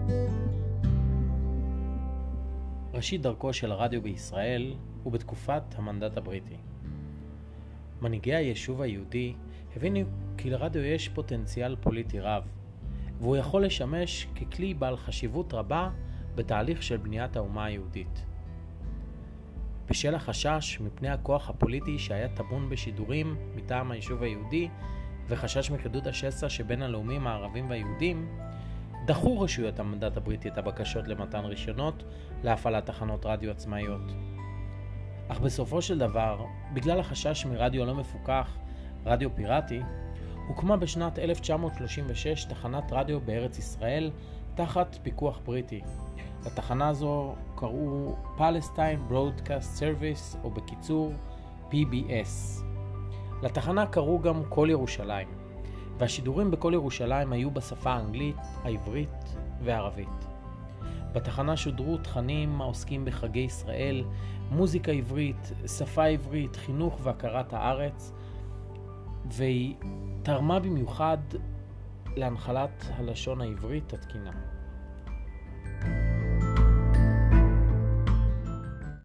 ראשית דרכו של הרדיו בישראל הוא בתקופת המנדט הבריטי. מנהיגי היישוב היהודי הבינו כי לרדיו יש פוטנציאל פוליטי רב, והוא יכול לשמש ככלי בעל חשיבות רבה בתהליך של בניית האומה היהודית. בשל החשש מפני הכוח הפוליטי שהיה טמון בשידורים מטעם היישוב היהודי וחשש מחידוד השסע שבין הלאומים הערבים והיהודים, דחו רשויות המנדט הבריטי את הבקשות למתן רישיונות להפעלת תחנות רדיו עצמאיות. אך בסופו של דבר, בגלל החשש מרדיו לא מפוקח, רדיו פיראטי, הוקמה בשנת 1936 תחנת רדיו בארץ ישראל תחת פיקוח בריטי. לתחנה זו קראו Palestine Broadcast Service, או בקיצור PBS. לתחנה קראו גם כל ירושלים, והשידורים בכל ירושלים היו בשפה האנגלית, העברית והערבית. בתחנה שודרו תכנים העוסקים בחגי ישראל, מוזיקה עברית, שפה עברית, חינוך והכרת הארץ, והיא תרמה במיוחד להנחלת הלשון העברית התקינה.